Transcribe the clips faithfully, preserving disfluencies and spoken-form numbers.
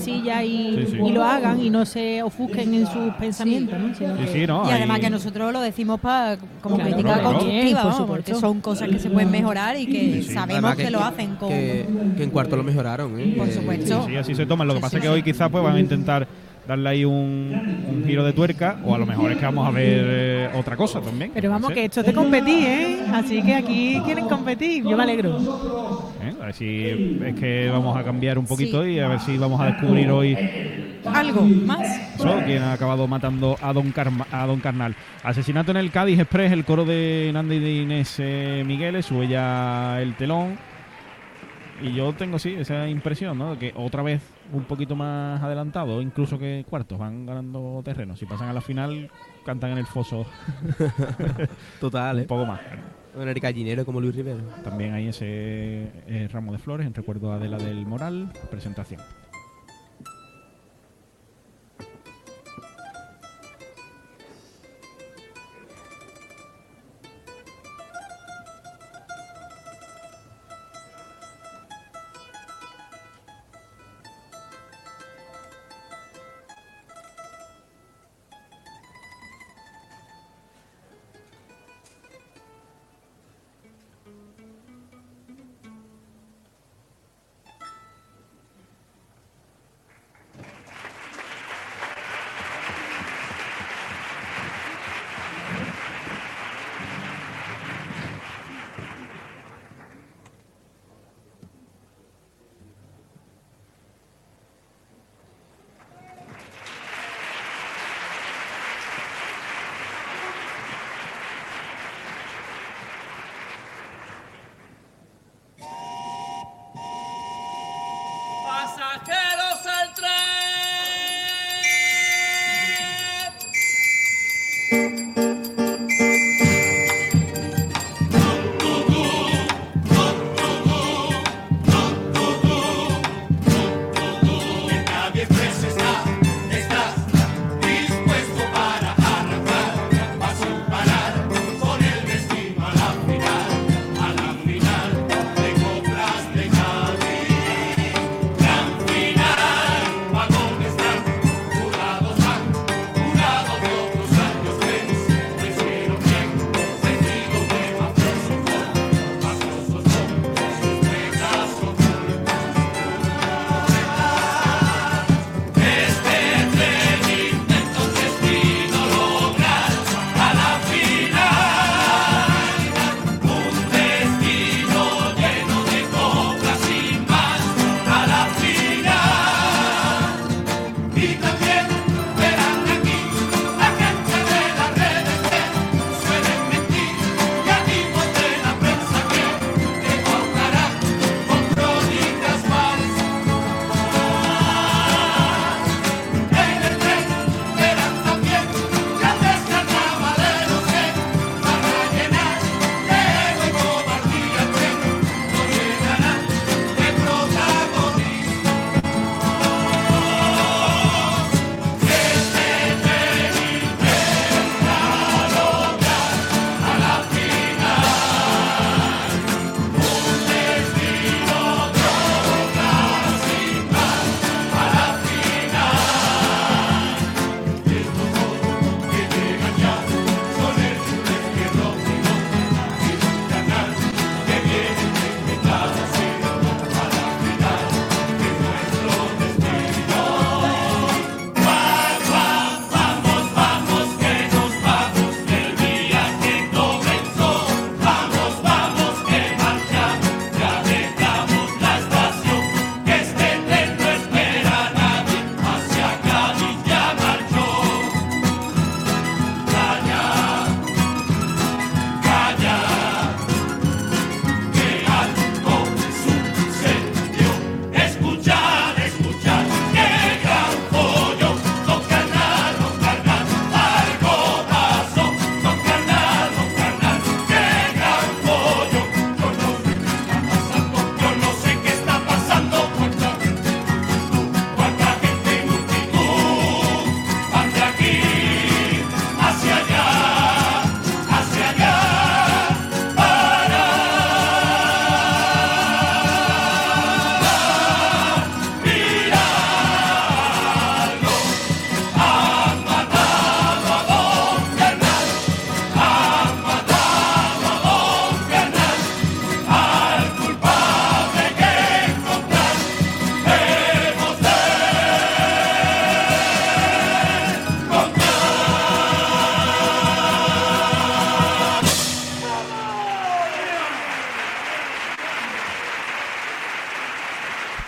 cosillas y, Sí, sí. y lo hagan y no se ofusquen en sus pensamientos, ¿no? Sino Sí, que- sí, ¿no? Y Hay- además que nosotros lo decimos pa, como Claro, crítica claro. constructiva, Bien, por vamos, supuesto. porque son cosas que se pueden mejorar y que Sí, sí. sabemos Además que, lo hacen con... que, que en cuarto lo mejoraron, ¿eh? Por Que- supuesto. Sí, así se toman. Lo que Sí, pasa sí, es que sí. hoy quizás pues van a intentar darle ahí un, un giro de tuerca, o a lo mejor es que vamos a ver eh, otra cosa también. Pero vamos, No que sé. esto es de competir, ¿eh? Así que aquí quieren competir. Yo me alegro. ¿Eh? A ver si es que vamos a cambiar un poquito Sí. y a ver si vamos a descubrir hoy Algo más. eso, quien ha acabado matando a Don, Carma- a Don Carnal. Asesinato en el Cádiz Express, el coro de Nanda y de Inés eh, Migueles, sube ya el telón. Y yo tengo, sí, esa impresión, ¿no? Que otra vez un poquito más adelantado, incluso que cuartos, van ganando terreno. Si pasan a la final, cantan en el foso Total, un ¿eh? poco más. Un gallinero como Luis Rivero. También hay ese eh, ramo de flores en recuerdo a Adela del Moral. Presentación.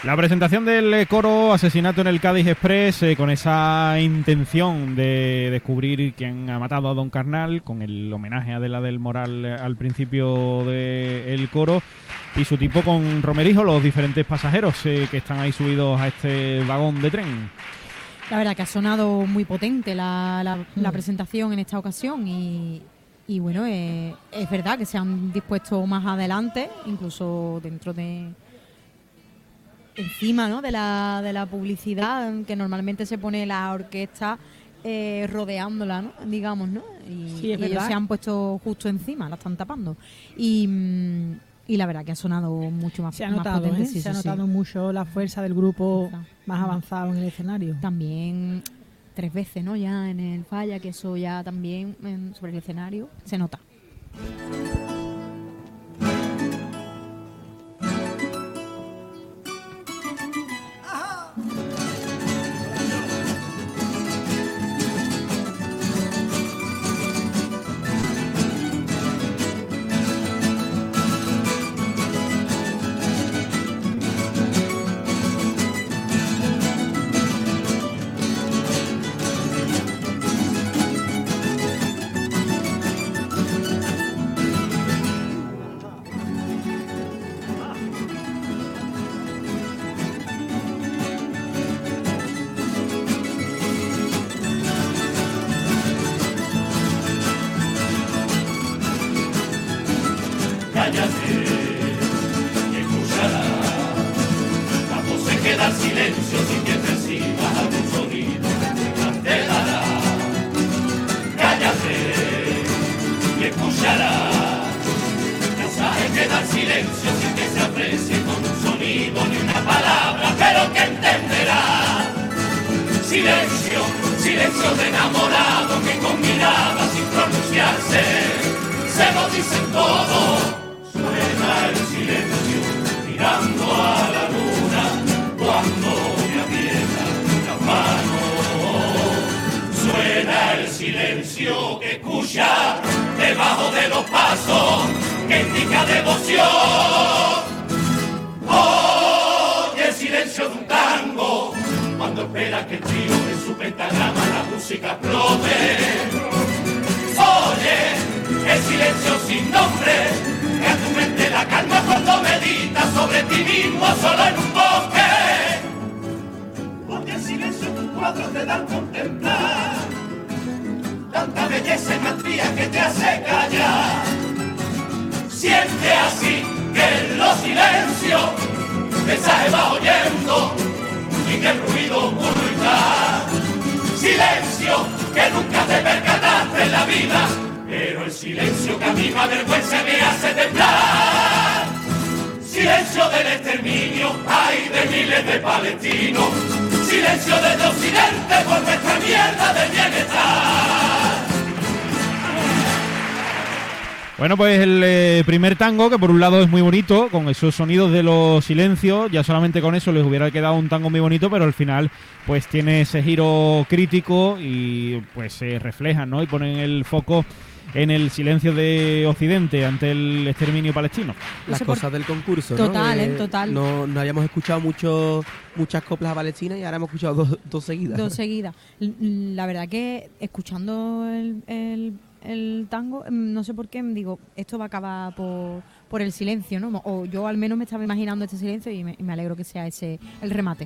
La presentación del coro Asesinato en el Cádiz Express, eh, con esa intención de descubrir quién ha matado a Don Carnal, con el homenaje a Adela del Moral eh, al principio del coro, y su tipo con Romerijo, los diferentes pasajeros eh, que están ahí subidos a este vagón de tren. La verdad que ha sonado muy potente la, la, la presentación en esta ocasión y, y bueno, eh, es verdad que se han dispuesto más adelante, incluso dentro de... encima, ¿no?, de la, de la publicidad, que normalmente se pone la orquesta eh, rodeándola, ¿no?, digamos, ¿no? Y, Sí, es y ellos verdad. se han puesto justo encima, la están tapando. Y, mm, y la verdad que ha sonado mucho más, Se ha más notado, potente. ¿eh? Sí, se ha sí, sí. notado mucho la fuerza del grupo Fuerza. más avanzado en el escenario. También tres veces, ¿no?, ya en el falla, que eso ya también en- sobre el escenario se nota. Cállate y escuchará. Cuando se queda el silencio sin que percibas algún sonido que te dará. Cállate y escuchará. Mensaje queda el silencio sin que se aprecie con un sonido ni una palabra, pero que entenderá. Silencio, silencio de enamorado que con mirada sin pronunciarse se lo dicen todo. Suena el silencio mirando a la luna cuando me aprieta la mano. Suena el silencio que escucha debajo de los pasos que indica devoción. Oye el silencio de un tango cuando espera que el trío de su pentagrama la música explote. Oye el silencio sin nombre que a tu mente la calma cuando meditas sobre ti mismo solo en un bosque. Porque el silencio de un cuadro te da a contemplar tanta belleza y maestría que te hace callar. Siente así que en los silencios mensaje va oyendo y que el ruido pulsa. Silencio que nunca te percataste en la vida, pero el silencio que a mí me avergüenza y me hace temblar. Silencio del exterminio, ay, de miles de palestinos. Silencio del occidente por nuestra mierda de bienestar. Bueno, pues el eh, primer tango, que por un lado es muy bonito, con esos sonidos de los silencios, ya solamente con eso les hubiera quedado un tango muy bonito, pero al final pues tiene ese giro crítico y pues se refleja, ¿no? Y ponen el foco en el silencio de Occidente ante el exterminio palestino. No Las sé por- cosas del concurso, ¿no? Total, Que ¿eh? Total. No, no habíamos escuchado mucho, muchas coplas a Palestina y ahora hemos escuchado dos, dos seguidas. Dos seguidas. L- La verdad que escuchando el, el, el tango, mm, no sé por qué, digo, esto va a acabar por, por el silencio, ¿no? O yo al menos me estaba imaginando este silencio y me, y me alegro que sea ese el remate.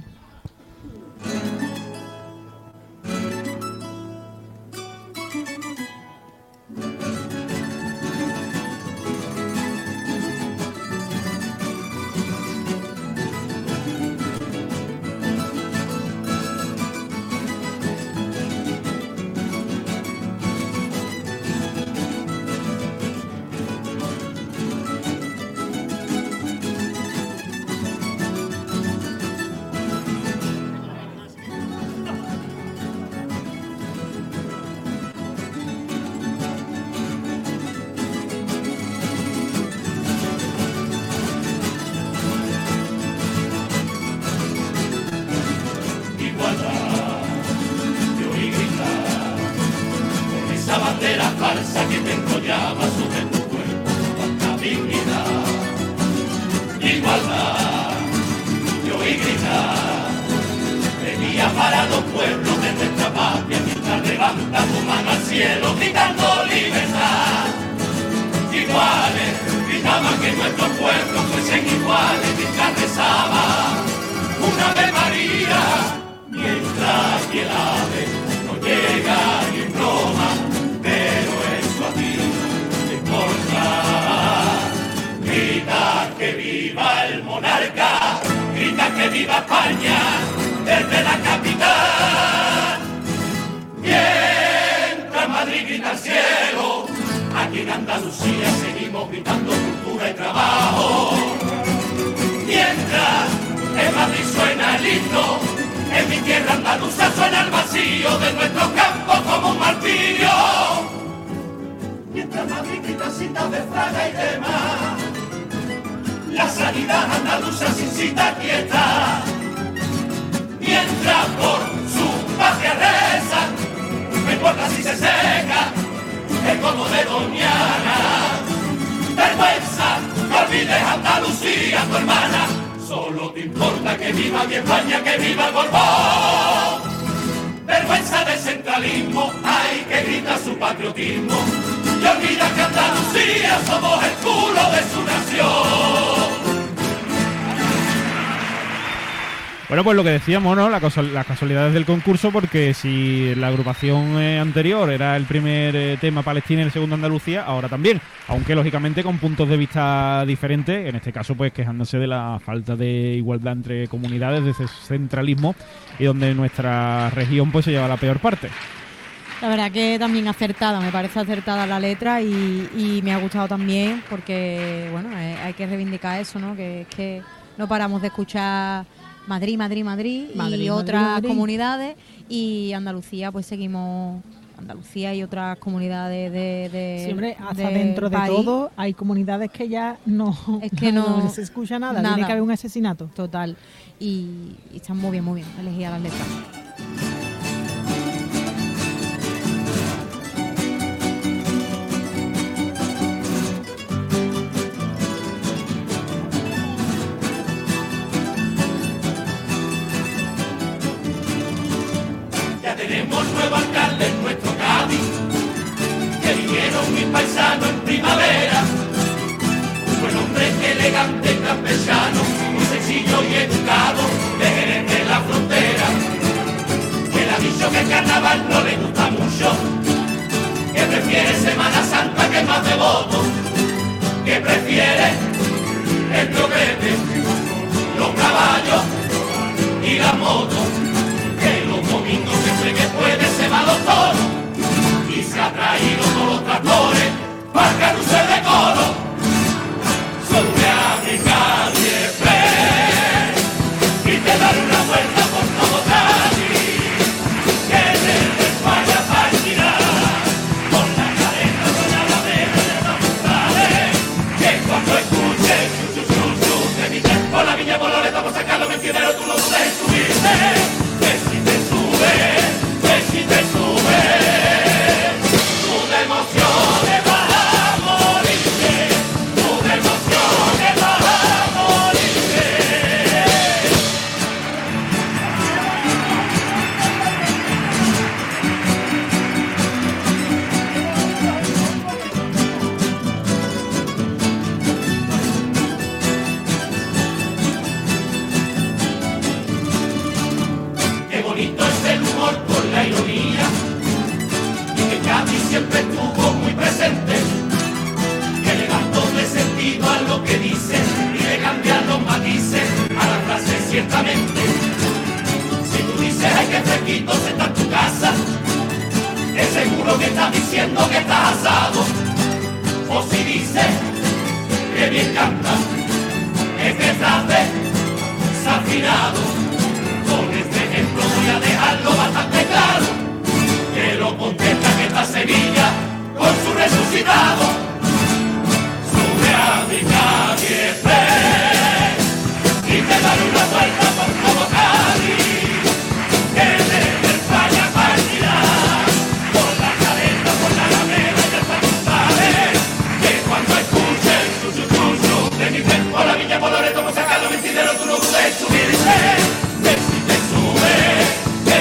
bandera falsa que te enrollaba sobre tu cuerpo tanta dignidad, igualdad, yo oí gritar. pueblo de nuestra patria, mientras levanta tu mano al cielo gritando libertad. Iguales, gritaban que nuestros pueblos fuesen iguales mientras rezaba una Ave María, mientras que el ave no llega ni en Roma, pero eso a ti no te importa. Grita que viva el monarca, grita que viva España desde la capital. Mientras Madrid grita al cielo, aquí en Andalucía seguimos gritando cultura y trabajo. Mientras en Madrid suena el himno, en mi tierra andaluza suena el vacío de nuestros campos como un martirio. Mientras Madrid grita citas de Fraga y demás, la sanidad andaluza sin cita quieta. Mientras por su patria reza, no importa si se seca el cono de Doñana. Vergüenza, no olvides Andalucía, tu hermana. Solo te importa que viva mi España, que viva el Borbón. Vergüenza de centralismo, hay que grita su patriotismo. Y olvida que Andalucía somos el culo de su nación. Bueno, pues lo que decíamos, ¿no? La casual- las casualidades del concurso, porque si la agrupación eh, anterior era el primer eh, tema Palestina y el segundo Andalucía, ahora también, aunque lógicamente con puntos de vista diferentes, en este caso pues quejándose de la falta de igualdad entre comunidades, de ese centralismo, y donde nuestra región pues se lleva la peor parte. La verdad que también acertada, me parece acertada la letra y, y me ha gustado también porque, bueno, eh, hay que reivindicar eso, ¿no? Que es que no paramos de escuchar Madrid, Madrid, Madrid, Madrid, y Madrid, otras Madrid. comunidades, y Andalucía pues seguimos, Andalucía y otras comunidades de, de Siempre, hasta del dentro de país. todo, hay comunidades que ya no, Es que no- se escucha nada, nada. tiene que haber un asesinato. Total, y, y están muy bien, muy bien elegidas las letras. Ya tenemos nuevo alcalde en nuestro Cádiz, que vinieron mis paisanos en primavera. Un buen hombre elegante, campechano, muy sencillo y educado, de Jerez de la frontera. Que él ha dicho que el carnaval no le gusta mucho, que prefiere Semana Santa, que es más devoto, que prefiere el troquete, los caballos y las motos. Que los domingos siempre que puede se va a los toros y se ha traído todos los tractores para el carrusel de coro. Sube a mi calle Fred y te daré una vuelta por todo Cádiz, que desde España partirá con la cadena, con la ladera de la González. Que cuando escuches chu chu chu chu de mi tren por la viña por Loreto por sacarlo mentidero, tú no puedes subirte. Que si te sube, que si te sube, tú de emociones vas a morirte, tú de emociones vas a morirte. Qué bonito es el humor con la ironía, y que Cádiz siempre estuvo muy presente, que le da doble sentido a lo que dice y le cambian los matices a la frase ciertamente. Si tú dices ay que fresquito se está en tu casa, es seguro que estás diciendo que estás asado. O si dices que bien canta, es que estás desafinado. Con este ejemplo voy a dejarlo bastante claro, que lo contenta que está Sevilla con su resucitado. Sube a mi calle Fred y te daré una vuelta por todo Cádiz, que desde España partirá por la cadena, por la alameda y el San González. Que cuando escuches chu chu chu chu de mi tren por la viña por Loreto por sacarlo mentidero, tú no dudes en subirte. Que si te sube, que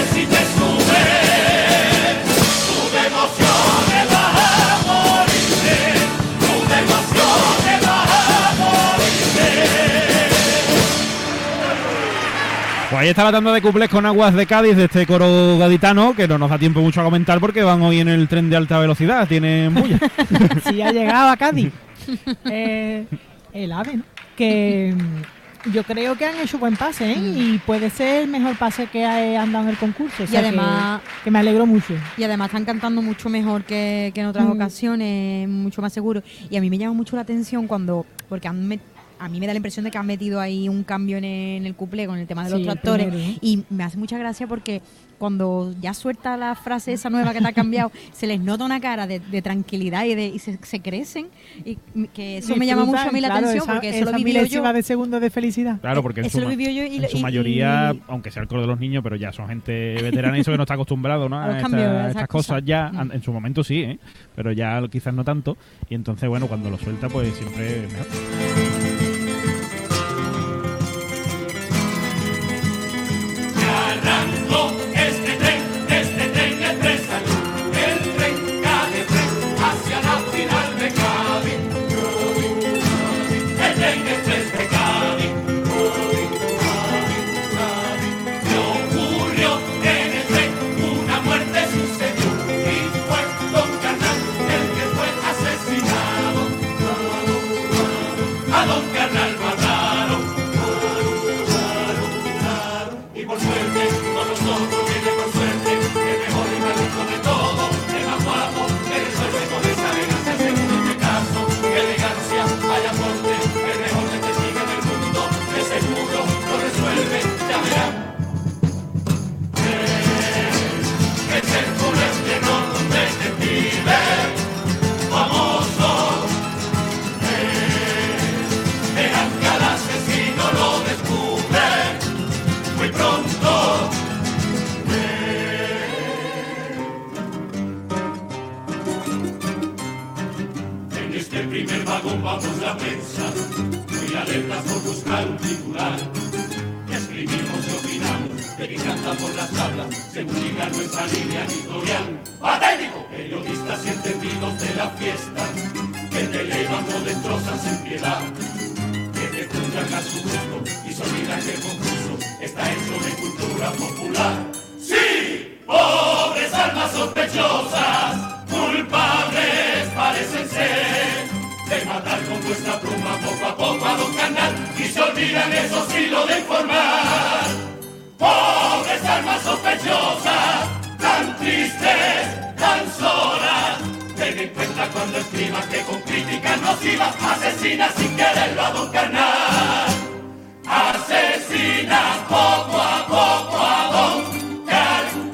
ahí está la tanda de cuplés con aguas de Cádiz de este coro gaditano, que no nos da tiempo mucho a comentar porque van hoy en el tren de alta velocidad, tienen bulla. Sí, ha llegado a Cádiz. Eh, el AVE, ¿no? Que mm, yo creo que han hecho buen pase, ¿eh? Mm. Y puede ser el mejor pase que ha andado en el concurso. O Y sea además- que, que me alegro mucho. Y además están cantando mucho mejor que, que en otras Mm. ocasiones, mucho más seguro. Y a mí me llama mucho la atención cuando, porque han met- a mí me da la impresión de que han metido ahí un cambio en el, en el cuplé con el tema de los Sí, el tractores. primero, ¿eh? Y me hace mucha gracia porque cuando ya suelta la frase esa nueva que te ha cambiado, se les nota una cara de, de tranquilidad y, de, y se, se crecen. Y que eso me llama mucho a mí la Disfrutan, atención claro, porque esa, eso lo esa viví yo. milésima de segundo de felicidad. Claro, porque en Eso su, lo ma- viví yo y- en su y- mayoría, y- aunque sea el coro de los niños, pero ya son gente veterana y eso que no está acostumbrado, ¿no? A a los esta- cambios, a estas esas cosas cosas. ya, Mm. an- en su momento sí, ¿eh? Pero ya quizás no tanto. Y entonces, bueno, cuando lo suelta, pues siempre es mejor. Arrancó este tren, este tren expresa, el tren Cádiz hacia la final de Cádiz. El tren express de Cádiz. Se ocurrió en el tren una muerte sucedió y fue Don Carnal el que fue asesinado. A Don Carnal mataron. Y por suerte, con nosotros viene por suerte, el mejor y más rico de todo, el más guapo, que resuelve con esa elegancia según este caso, que elegancia, vaya porte, el mejor detective del mundo, de seguro lo resuelve, ya verán. Eh, es el culebro detective, famoso, eh, verán que al asesino lo descubre. Muy pronto. En este primer vagón vamos la prensa, muy alertas por buscar un titular. Escribimos y opinamos, de que canta por las tablas, según diga nuestra línea editorial. ¡Patético! Periodistas y entendidos de la fiesta, que te elevan o destrozan sin piedad. Que te juzgan a su gusto y se olvidan que el concurso está hecho de cultura popular. ¡Sí! ¡Pobres almas sospechosas! ¡Culpables parecen ser! De matar con vuestra pluma poco a poco a Don Carnal y se olvidan eso sí lo de informar. ¡Pobres almas sospechosas! ¡Tan tristes! ¡Tan solas! Ten en cuenta cuando escribas que con críticas nocivas asesinas sin quererlo a Don Carnal. Asesinas poco a poco a Don Carnal.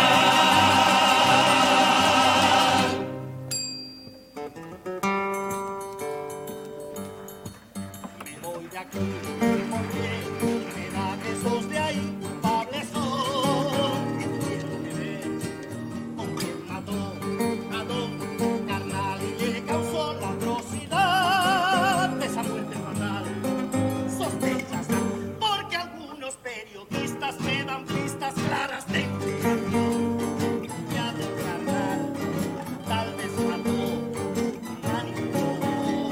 Me voy de aquí porque me da que sos de ahí, culpables son. Quiero que ver con quién mató a Don Carnal y le causó la atrocidad de esa muerte fatal. Sospechas dan, porque algunos periodistas me dan pistas claras de que ya Don Carnal tal vez mató, manipuló.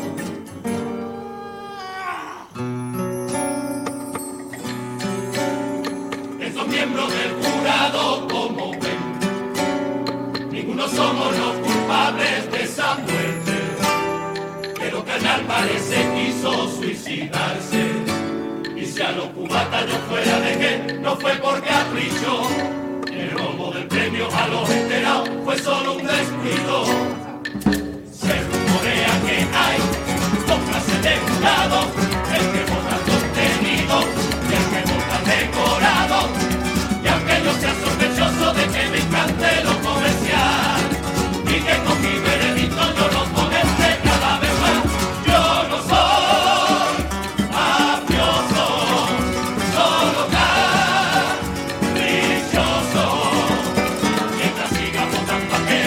Estos miembros del jurado, como ven, ninguno somos los culpables de esa muerte. Pero Carnal parece quiso suicidarse. Y si a los cubatas yo fuera de que no fue por capricho, el robo del premio a los enterados fue solo un descuido. Se rumorea que hay dos clases de jurado, el que vota contenido y el que vota decorado. Y aunque yo sea sospechoso de que me encante lo comercial y que con mi veredicto yo los comente cada vez más, yo no soy mafioso, solo caprichoso. Mientras siga votando a que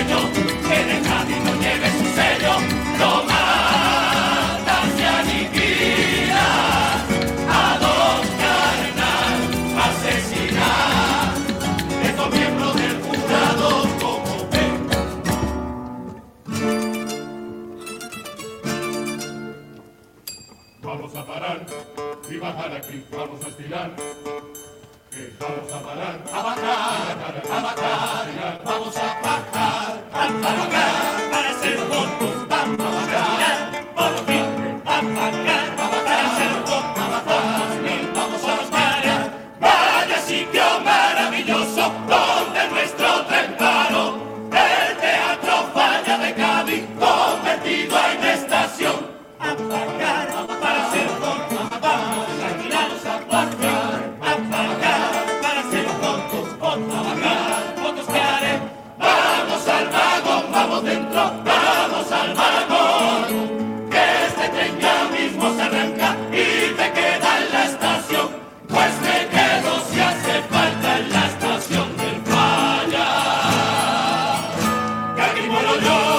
a bajar, vamos a bajar, a bajar, para ser juntos, vamos a bajar, por fin, a bajar, para ser juntos, vamos mil, vamos a bajar. Vaya sitio maravilloso donde nuestro tren paró, el Teatro Falla de Cádiz, convertido en estación. A bajar, para ser juntos, vamos a girarnos a bajar, a bajar, para ser juntos, vamos a bajar, fotos que haré. Vamos al vagón, vamos dentro, vamos al vagón, que este tren ya mismo se arranca y te queda en la estación, pues me quedo si hace falta en la estación del Falla, que aquí muero yo.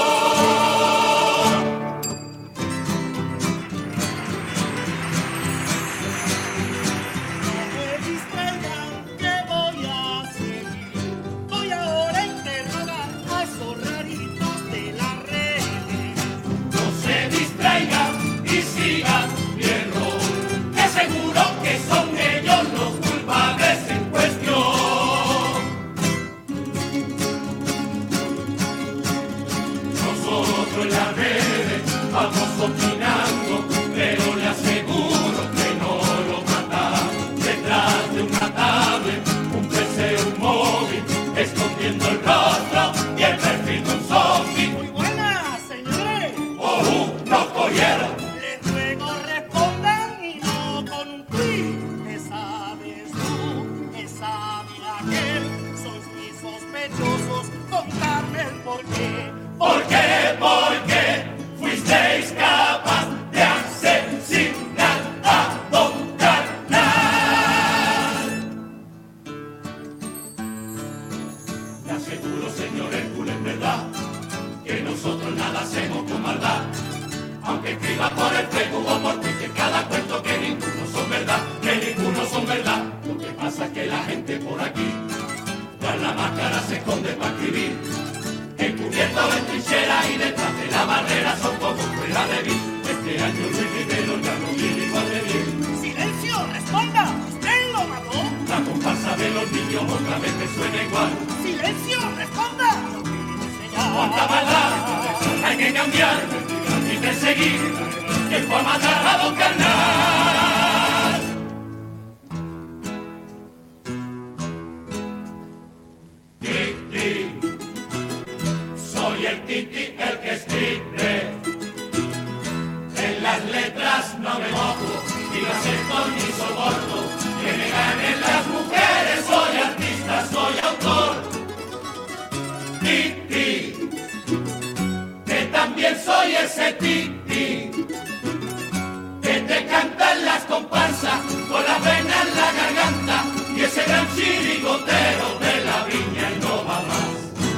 Vamos opinando, pero le aseguro que no lo mata. Detrás de una tablet, un P C, un móvil, escondiendo el rostro y el perfil de un zombie. Muy buenas, señores. ¡Oh, nos cogieron! Les ruego respondan y no con un tweet. ¿Qué sabes tú? ¿Qué sabe aquel? Sois mis sospechosos, contadme el porqué. ¿Por qué? ¿Por qué? Fuisteis capaz de asesinar a Don Carnal. Le aseguro, señor Hércules, en verdad, que nosotros nada hacemos con maldad. Aunque escriba por el Facebook o por Twitter cada cuento, que ninguno son verdad, que ninguno son verdad. Lo que pasa es que la gente por aquí, tras la máscara se esconde para escribir. Encubiertos en trincheras y detrás de la barrera son como fuera de mí. Este año Luis Rivero ya no viene igual de bien. ¡Silencio! ¡Responda! ¿Usted lo mató? La comparsa de los niños otra vez me suena igual. ¡Silencio! ¡Responda! No quiere enseñar. ¡Cuánta maldad! Hay que cambiar y perseguir que fue a matar a Don Carnal. Titi, soy el Titi el que escribe. En las letras no me mojo, ni lo acepto ni soporto. Que me ganen las mujeres, soy artista, soy autor. Titi, que también soy ese Titi, que te canta en las comparsas, con la pena en la garganta, y ese gran chirigotero de la viña y no va más.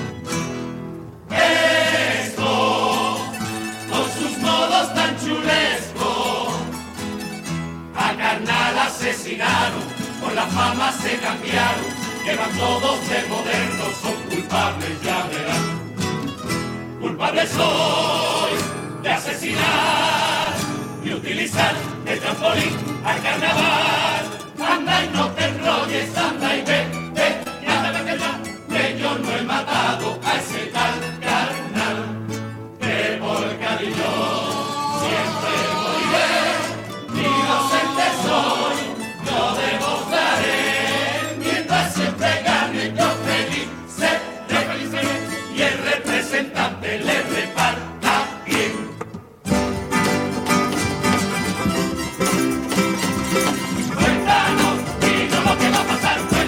Esto, con sus modos tan chulescos, a Carnal asesinaron, con la fama se cambiaron, llevan todos de modernos, son culpables, ya verán. Culpable soy de asesinar y utilizar el trampolín al carnaval. Anda y no te enrolles, anda y ve, ve, y anda vete ya, que yo no he matado a ese tal Carnal. Que por cariño siempre moriré, inocente soy, yo demostraré, mientras siempre gane yo feliz seré, feliz seré, y el representante le reparta bien. Cuéntanos, dinos lo que va a pasar.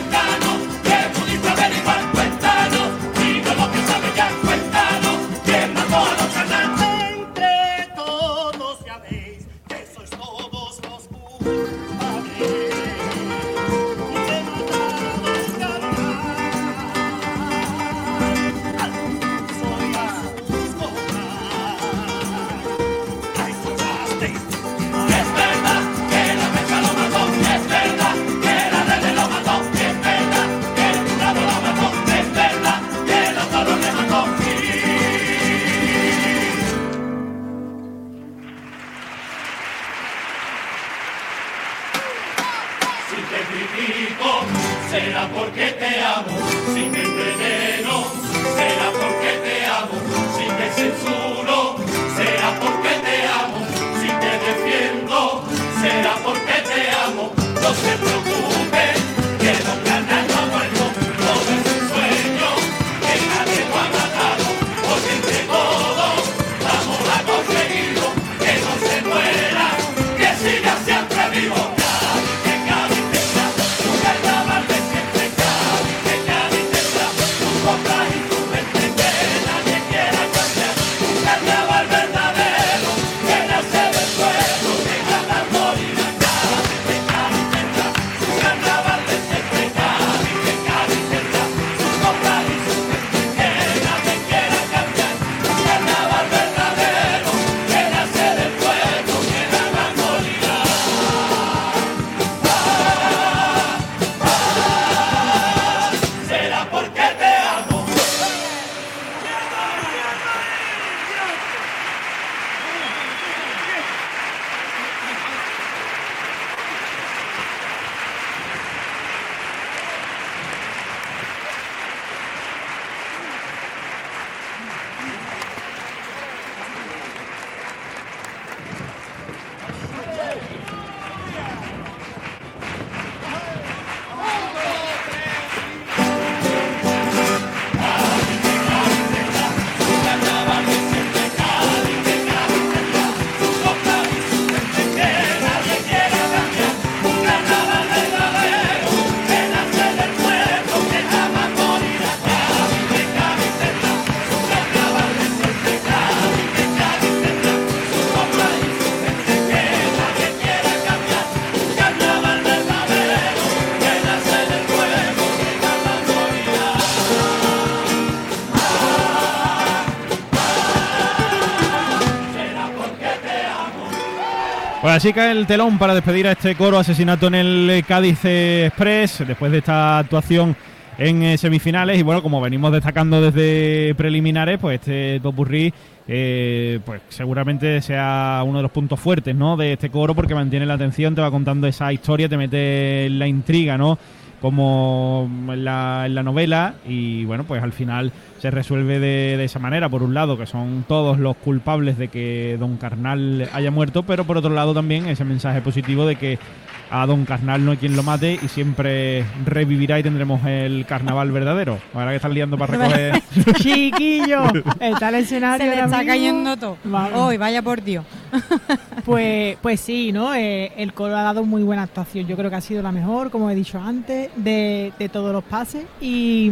Pues así cae el telón para despedir a este coro Asesinato en el Cádiz Express después de esta actuación en eh, semifinales. Y bueno, como venimos destacando desde preliminares, pues este popurrí eh, pues seguramente sea uno de los puntos fuertes, ¿no?, de este coro, porque mantiene la atención, te va contando esa historia, te mete en la intriga, ¿no?, como en la, en la novela, y bueno, pues al final se resuelve de, de esa manera. Por un lado, que son todos los culpables de que don Carnal haya muerto, pero por otro lado también ese mensaje positivo de que a don Carnal no hay quien lo mate y siempre revivirá y tendremos el carnaval verdadero. Ahora que están liando para recoger... Chiquillo, está el escenario. Se le ahora está mismo. cayendo todo. Vamos. Hoy, vaya por Dios. Pues, pues sí, ¿no? Eh, el coro ha dado muy buena actuación. Yo creo que ha sido la mejor, como he dicho antes, de, de todos los pases. Y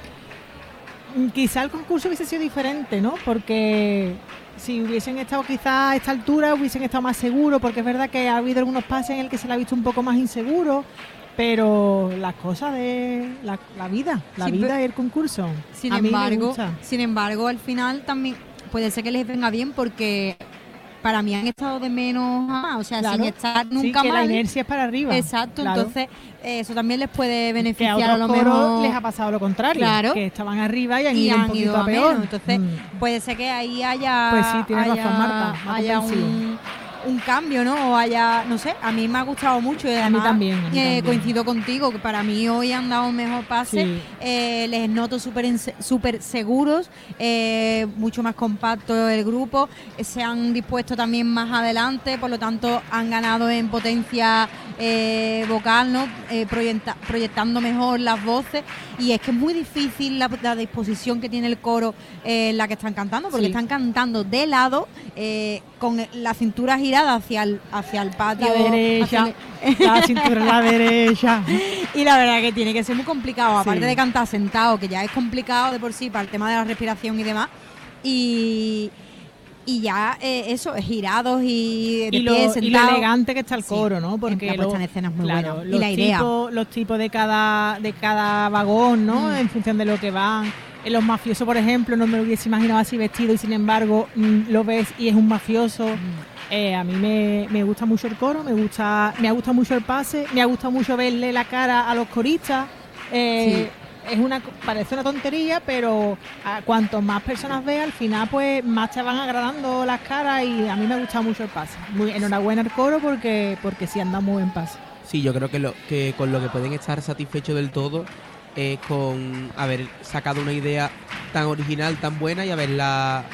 mm, quizá el concurso hubiese sido diferente, ¿no? Porque si hubiesen estado quizá a esta altura, hubiesen estado más seguros, porque es verdad que ha habido algunos pases en el que se le ha visto un poco más inseguro. Pero las cosas de la, la vida, la Sí, vida pero- y el concurso. Sin a mí me embargo, gusta. sin embargo, al final también puede ser que les venga bien porque para mí han estado de menos a más, o sea, Claro. sin estar Sí, nunca que la mal. inercia es para arriba. Exacto, Claro. entonces eh, eso también les puede Que a beneficiar otros a lo coros mejor. les ha pasado lo contrario, Claro. que estaban arriba y han y ido un han poquito ido a a peor. menos. Entonces, Mm. puede ser que ahí haya, Pues sí, tienes haya, razón, Marta, me ha haya convencido. un, un cambio, ¿no? O haya, no sé, a mí me ha gustado mucho y A mí además también, a mí eh, también. coincido contigo, que para mí hoy han dado un mejor pase. Sí. Eh, les noto súper ense- súper seguros, eh, mucho más compacto el grupo, eh, se han dispuesto también más adelante, por lo tanto han ganado en potencia eh, vocal, ¿no? Eh, proyecta- proyectando mejor las voces, y es que es muy difícil la, la disposición que tiene el coro eh, en la que están cantando, porque Sí. están cantando de lado, eh, con la cintura girada hacia el, hacia el patio. La derecha, hacia el- la cintura en la derecha. y la verdad que tiene que ser muy complicado, aparte Sí. de cantar sentado, que ya es complicado de por sí para el tema de la respiración y demás. Y, y ya eh, eso, girados y de Y lo, pie, y lo sentados. elegante que está el Sí, coro, ¿no? Porque la puesta lo- en escena es muy claro, buena. Y los la idea. tipos, los tipos de cada, de cada vagón, ¿no? Mm. En función de lo que van. En los mafiosos, por ejemplo, no me lo hubiese imaginado así vestido y sin embargo mm, lo ves y es un mafioso. Mm. Eh, a mí me, me gusta mucho el coro, me gusta, me ha gustado mucho el pase, me ha gustado mucho verle la cara a los coristas. Eh, Es una, parece una tontería, pero a cuanto más personas veas, al final pues más te van agradando las caras, y a mí me ha gustado mucho el pase. Muy, enhorabuena al coro porque porque sí han dado muy buen pase. Sí, yo creo que, lo, que con lo que pueden estar satisfechos del todo es con haber sacado una idea tan original, tan buena, y haberla